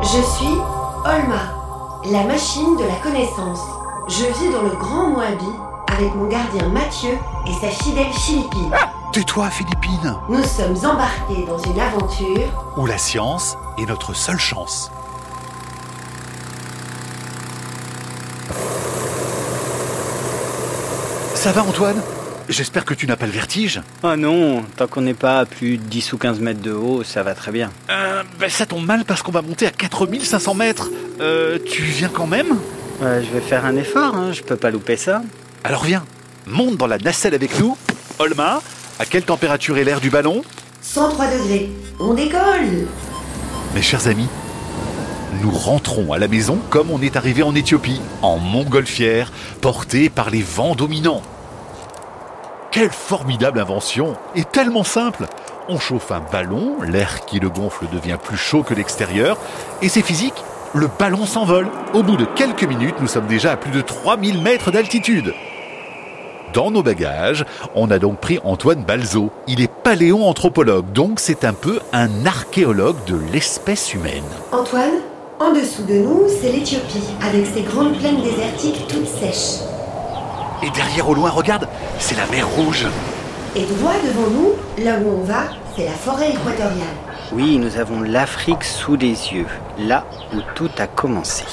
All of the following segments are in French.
Je suis Olma, la machine de la connaissance. Je vis dans le Grand Moabi avec mon gardien Mathieu et sa fidèle Philippine. Tais-toi, Philippine. Nous sommes embarqués dans une aventure où la science est notre seule chance. Ça va, Antoine ? J'espère que tu n'as pas le vertige. Ah non, tant qu'on n'est pas à plus de 10 ou 15 mètres de haut, ça va très bien. Ça tombe mal parce qu'on va monter à 4500 mètres. Tu viens quand même ? Je vais faire un effort, je peux pas louper ça. Alors viens, monte dans la nacelle avec nous. Olma, à quelle température est l'air du ballon ? 103 degrés. On décolle. Mes chers amis, nous rentrons à la maison comme on est arrivé en Éthiopie, en montgolfière, portés par les vents dominants. Quelle formidable invention, et tellement simple. On chauffe un ballon, l'air qui le gonfle devient plus chaud que l'extérieur, et c'est physique, le ballon s'envole. Au bout de quelques minutes, nous sommes déjà à plus de 3000 mètres d'altitude. Dans nos bagages, on a donc pris Antoine Balzo. Il est paléoanthropologue, donc c'est un peu un archéologue de l'espèce humaine. Antoine, en dessous de nous, c'est l'Éthiopie, avec ses grandes plaines désertiques toutes sèches. Et derrière au loin, regarde, c'est la mer Rouge. Et droit devant nous, là où on va, c'est la forêt équatoriale. Oui, nous avons l'Afrique sous les yeux, là où tout a commencé.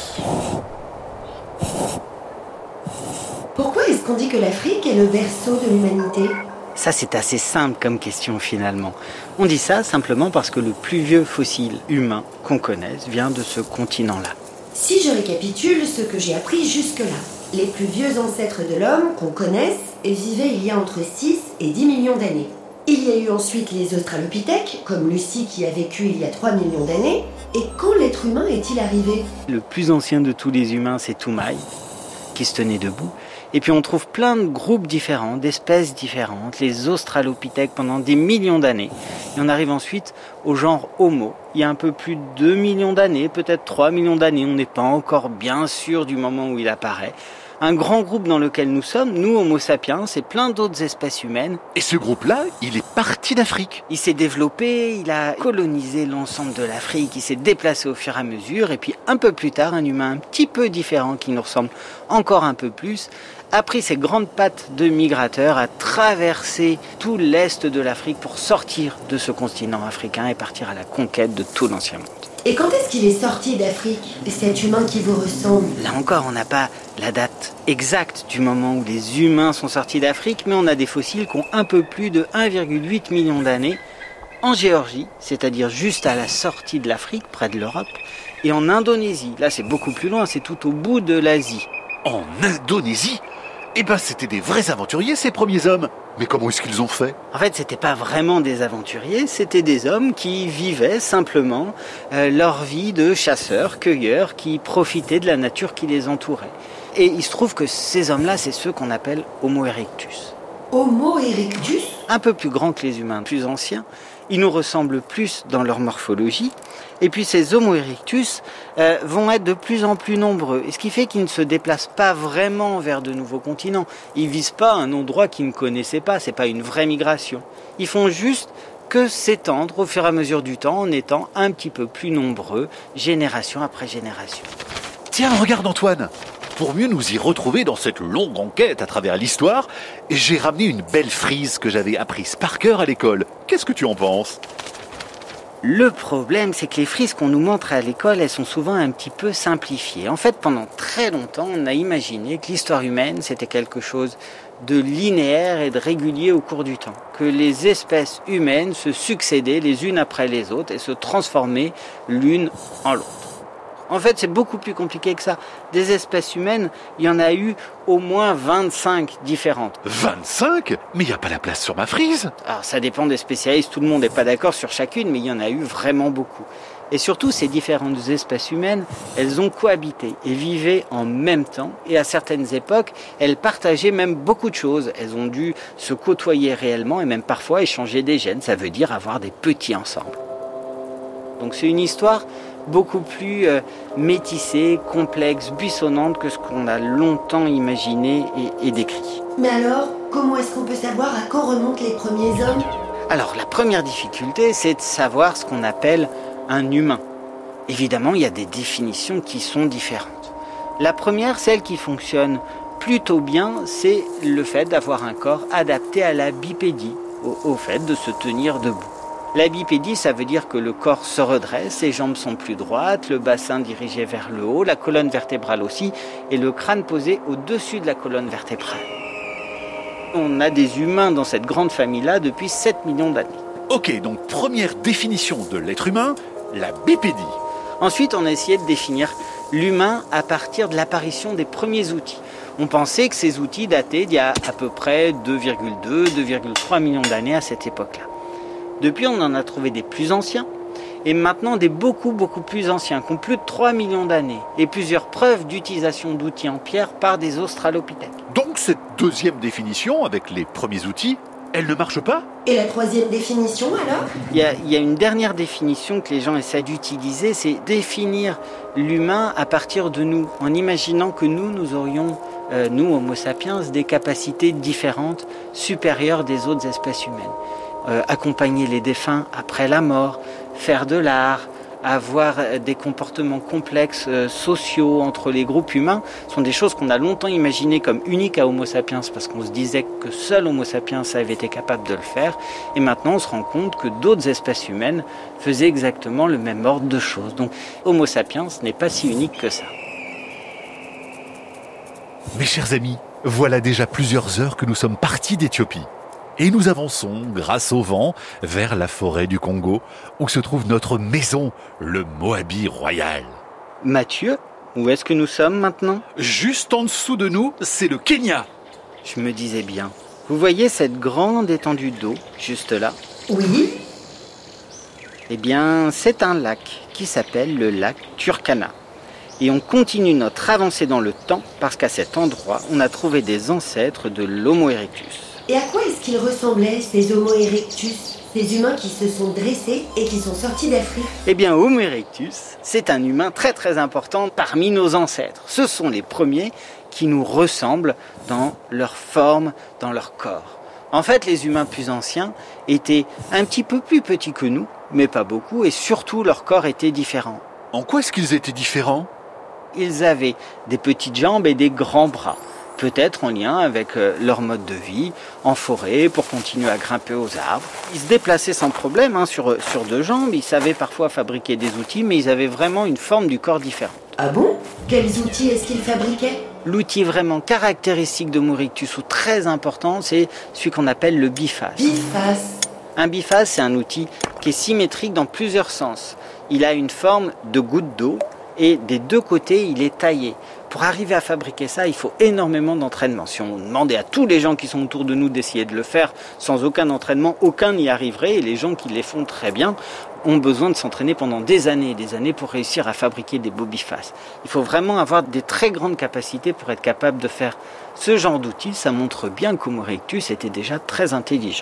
Pourquoi est-ce qu'on dit que l'Afrique est le berceau de l'humanité ? Ça, c'est assez simple comme question finalement. On dit ça simplement parce que le plus vieux fossile humain qu'on connaisse vient de ce continent-là. Si je récapitule ce que j'ai appris jusque-là, les plus vieux ancêtres de l'homme qu'on connaisse vivaient il y a entre 6 et 10 millions d'années. Il y a eu ensuite les australopithèques, comme Lucie qui a vécu il y a 3 millions d'années. Et quand l'être humain est-il arrivé ? Le plus ancien de tous les humains, c'est Toumaï, qui se tenait debout. Et puis on trouve plein de groupes différents, d'espèces différentes, les australopithèques pendant des millions d'années. Et on arrive ensuite au genre Homo. Il y a un peu plus de 2 millions d'années, peut-être 3 millions d'années, on n'est pas encore bien sûr du moment où il apparaît. Un grand groupe dans lequel nous sommes, nous Homo sapiens, et plein d'autres espèces humaines. Et ce groupe-là, il est parti d'Afrique. Il s'est développé, il a colonisé l'ensemble de l'Afrique, il s'est déplacé au fur et à mesure, et puis un peu plus tard, un humain un petit peu différent, qui nous ressemble encore un peu plus, a pris ses grandes pattes de migrateur, a traversé tout l'est de l'Afrique pour sortir de ce continent africain et partir à la conquête de tout l'ancien monde. Et quand est-ce qu'il est sorti d'Afrique, cet humain qui vous ressemble ? Là encore, on n'a pas la date exacte du moment où les humains sont sortis d'Afrique, mais on a des fossiles qui ont un peu plus de 1,8 million d'années en Géorgie, c'est-à-dire juste à la sortie de l'Afrique, près de l'Europe, et en Indonésie. Là, c'est beaucoup plus loin, c'est tout au bout de l'Asie. En Indonésie ? Eh ben, c'était des vrais aventuriers, ces premiers hommes. Mais comment est-ce qu'ils ont fait ? En fait, c'était pas vraiment des aventuriers, c'était des hommes qui vivaient simplement leur vie de chasseurs, cueilleurs, qui profitaient de la nature qui les entourait. Et il se trouve que ces hommes-là, c'est ceux qu'on appelle Homo erectus. Homo erectus ? Un peu plus grands que les humains, plus anciens. Ils nous ressemblent plus dans leur morphologie. Et puis ces Homo erectus vont être de plus en plus nombreux. Et ce qui fait qu'ils ne se déplacent pas vraiment vers de nouveaux continents. Ils ne visent pas un endroit qu'ils ne connaissaient pas. Ce n'est pas une vraie migration. Ils font juste que s'étendre au fur et à mesure du temps en étant un petit peu plus nombreux, génération après génération. Tiens, regarde Antoine. Pour mieux nous y retrouver dans cette longue enquête à travers l'histoire, j'ai ramené une belle frise que j'avais apprise par cœur à l'école. Qu'est-ce que tu en penses ? Le problème, c'est que les frises qu'on nous montre à l'école, elles sont souvent un petit peu simplifiées. En fait, pendant très longtemps, on a imaginé que l'histoire humaine, c'était quelque chose de linéaire et de régulier au cours du temps. Que les espèces humaines se succédaient les unes après les autres et se transformaient l'une en l'autre. En fait, c'est beaucoup plus compliqué que ça. Des espèces humaines, il y en a eu au moins 25 différentes. 25 ? Mais il n'y a pas la place sur ma frise. Alors, ça dépend des spécialistes, tout le monde n'est pas d'accord sur chacune, mais il y en a eu vraiment beaucoup. Et surtout, ces différentes espèces humaines, elles ont cohabité et vivaient en même temps. Et à certaines époques, elles partageaient même beaucoup de choses. Elles ont dû se côtoyer réellement et même parfois échanger des gènes. Ça veut dire avoir des petits ensemble. Donc c'est une histoire beaucoup plus métissée, complexe, buissonnante que ce qu'on a longtemps imaginé et décrit. Mais alors, comment est-ce qu'on peut savoir à quand remontent les premiers hommes ? Alors, la première difficulté, c'est de savoir ce qu'on appelle un humain. Évidemment, il y a des définitions qui sont différentes. La première, celle qui fonctionne plutôt bien, c'est le fait d'avoir un corps adapté à la bipédie, au fait de se tenir debout. La bipédie, ça veut dire que le corps se redresse, les jambes sont plus droites, le bassin dirigé vers le haut, la colonne vertébrale aussi, et le crâne posé au-dessus de la colonne vertébrale. On a des humains dans cette grande famille-là depuis 7 millions d'années. Ok, donc première définition de l'être humain, la bipédie. Ensuite, on a essayé de définir l'humain à partir de l'apparition des premiers outils. On pensait que ces outils dataient d'il y a à peu près 2,2, 2,3 millions d'années à cette époque-là. Depuis, on en a trouvé des plus anciens, et maintenant des beaucoup plus anciens, qui ont plus de 3 millions d'années, et plusieurs preuves d'utilisation d'outils en pierre par des australopithèques. Donc cette deuxième définition, avec les premiers outils, elle ne marche pas ? Et la troisième définition alors ? Il y a une dernière définition que les gens essaient d'utiliser, c'est définir l'humain à partir de nous, en imaginant que nous aurions, nous, Homo sapiens, des capacités différentes, supérieures des autres espèces humaines. Accompagner les défunts après la mort, faire de l'art, avoir des comportements complexes sociaux entre les groupes humains, sont des choses qu'on a longtemps imaginées comme uniques à Homo sapiens parce qu'on se disait que seul Homo sapiens avait été capable de le faire. Et maintenant, on se rend compte que d'autres espèces humaines faisaient exactement le même ordre de choses. Donc, Homo sapiens n'est pas si unique que ça. Mes chers amis, voilà déjà plusieurs heures que nous sommes partis d'Éthiopie. Et nous avançons, grâce au vent, vers la forêt du Congo, où se trouve notre maison, le Moabi royal. Mathieu, où est-ce que nous sommes maintenant ? Juste en dessous de nous, c'est le Kenya. Je me disais bien. Vous voyez cette grande étendue d'eau, juste là ? Oui. Eh bien, c'est un lac qui s'appelle le lac Turkana. Et on continue notre avancée dans le temps parce qu'à cet endroit, on a trouvé des ancêtres de l'Homo erectus. Et à quoi est-ce qu'ils ressemblaient, ces Homo erectus, ces humains qui se sont dressés et qui sont sortis d'Afrique ? Eh bien, Homo erectus, c'est un humain très important parmi nos ancêtres. Ce sont les premiers qui nous ressemblent dans leur forme, dans leur corps. En fait, les humains plus anciens étaient un petit peu plus petits que nous, mais pas beaucoup, et surtout leur corps était différent. En quoi est-ce qu'ils étaient différents ? Ils avaient des petites jambes et des grands bras. Peut-être en lien avec leur mode de vie, en forêt, pour continuer à grimper aux arbres. Ils se déplaçaient sans problème sur deux jambes, ils savaient parfois fabriquer des outils, mais ils avaient vraiment une forme du corps différente. Ah bon ? Quels outils est-ce qu'ils fabriquaient ? L'outil vraiment caractéristique de Homo erectus, ou très important, c'est celui qu'on appelle le biface. Biface. Un biface, c'est un outil qui est symétrique dans plusieurs sens. Il a une forme de goutte d'eau, et des deux côtés, il est taillé. Pour arriver à fabriquer ça, il faut énormément d'entraînement. Si on demandait à tous les gens qui sont autour de nous d'essayer de le faire sans aucun entraînement, aucun n'y arriverait. Et les gens qui les font très bien ont besoin de s'entraîner pendant des années et des années pour réussir à fabriquer des beaux bifaces. Il faut vraiment avoir des très grandes capacités pour être capable de faire ce genre d'outils. Ça montre bien qu'Homo erectus était déjà très intelligent.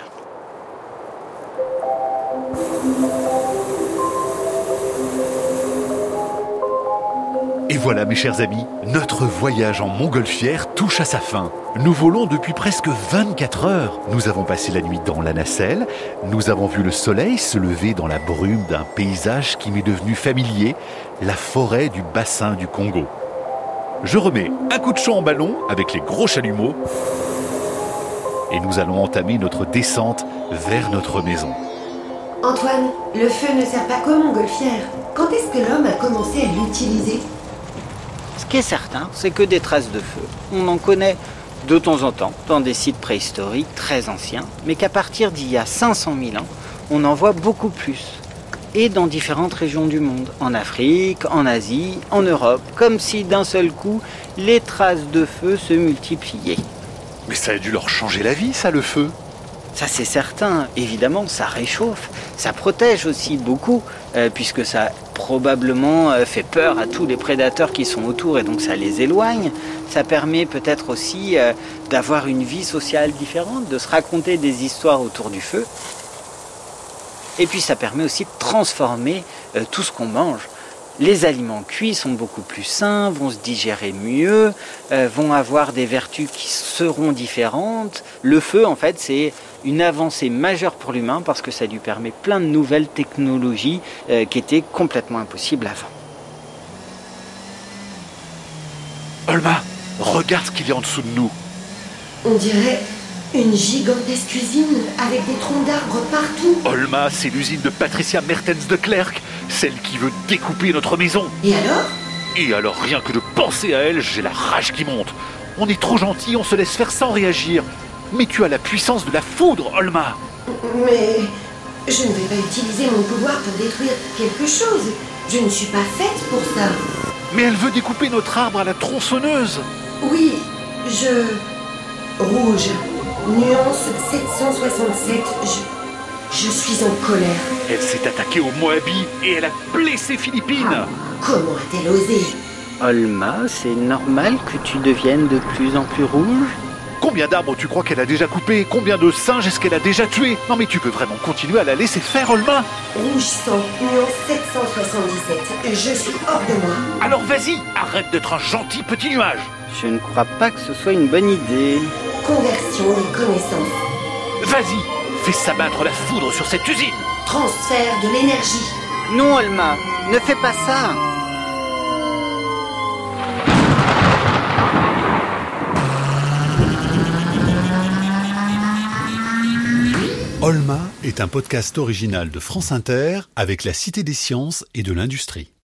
Et voilà, mes chers amis, notre voyage en montgolfière touche à sa fin. Nous volons depuis presque 24 heures. Nous avons passé la nuit dans la nacelle. Nous avons vu le soleil se lever dans la brume d'un paysage qui m'est devenu familier, la forêt du bassin du Congo. Je remets un coup de chaud en ballon avec les gros chalumeaux et nous allons entamer notre descente vers notre maison. Antoine, le feu ne sert pas qu'aux montgolfières. Quand est-ce que l'homme a commencé à l'utiliser ? Ce qui est certain, c'est que des traces de feu, on en connaît de temps en temps dans des sites préhistoriques très anciens, mais qu'à partir d'il y a 500 000 ans, on en voit beaucoup plus. Et dans différentes régions du monde, en Afrique, en Asie, en Europe, comme si d'un seul coup, les traces de feu se multipliaient. Mais ça a dû leur changer la vie, ça, le feu. Ça, c'est certain. Évidemment, ça réchauffe. Ça protège aussi beaucoup, puisque ça probablement fait peur à tous les prédateurs qui sont autour et donc ça les éloigne. Ça permet peut-être aussi d'avoir une vie sociale différente, de se raconter des histoires autour du feu. Et puis ça permet aussi de transformer tout ce qu'on mange. Les aliments cuits sont beaucoup plus sains, vont se digérer mieux, vont avoir des vertus qui seront différentes. Le feu, en fait, c'est une avancée majeure pour l'humain parce que ça lui permet plein de nouvelles technologies qui étaient complètement impossibles avant. Olma, regarde ce qu'il y a en dessous de nous. On dirait une gigantesque usine avec des troncs d'arbres partout. Olma, c'est l'usine de Patricia Mertens de Klerk, celle qui veut découper notre maison. Et alors? Et alors, rien que de penser à elle, j'ai la rage qui monte. On est trop gentils, on se laisse faire sans réagir. Mais tu as la puissance de la foudre, Olma. Mais je ne vais pas utiliser mon pouvoir pour détruire quelque chose. Je ne suis pas faite pour ça. Mais elle veut découper notre arbre à la tronçonneuse. Oui, Rouge, nuance 767, je suis en colère. Elle s'est attaquée aux Moabis et elle a blessé Philippine. Comment a-t-elle osé? Olma, c'est normal que tu deviennes de plus en plus rouge? Combien d'arbres tu crois qu'elle a déjà coupés? Combien de singes est-ce qu'elle a déjà tués? Non mais tu peux vraiment continuer à la laisser faire, Olma. Rouge sang, nuance 777, je suis hors de moi. Alors vas-y, arrête d'être un gentil petit nuage. Je ne crois pas que ce soit une bonne idée. Conversion des connaissances. Vas-y, fais s'abattre la foudre sur cette usine. Transfert de l'énergie. Non, Olma, ne fais pas ça. Olma est un podcast original de France Inter avec la Cité des sciences et de l'industrie.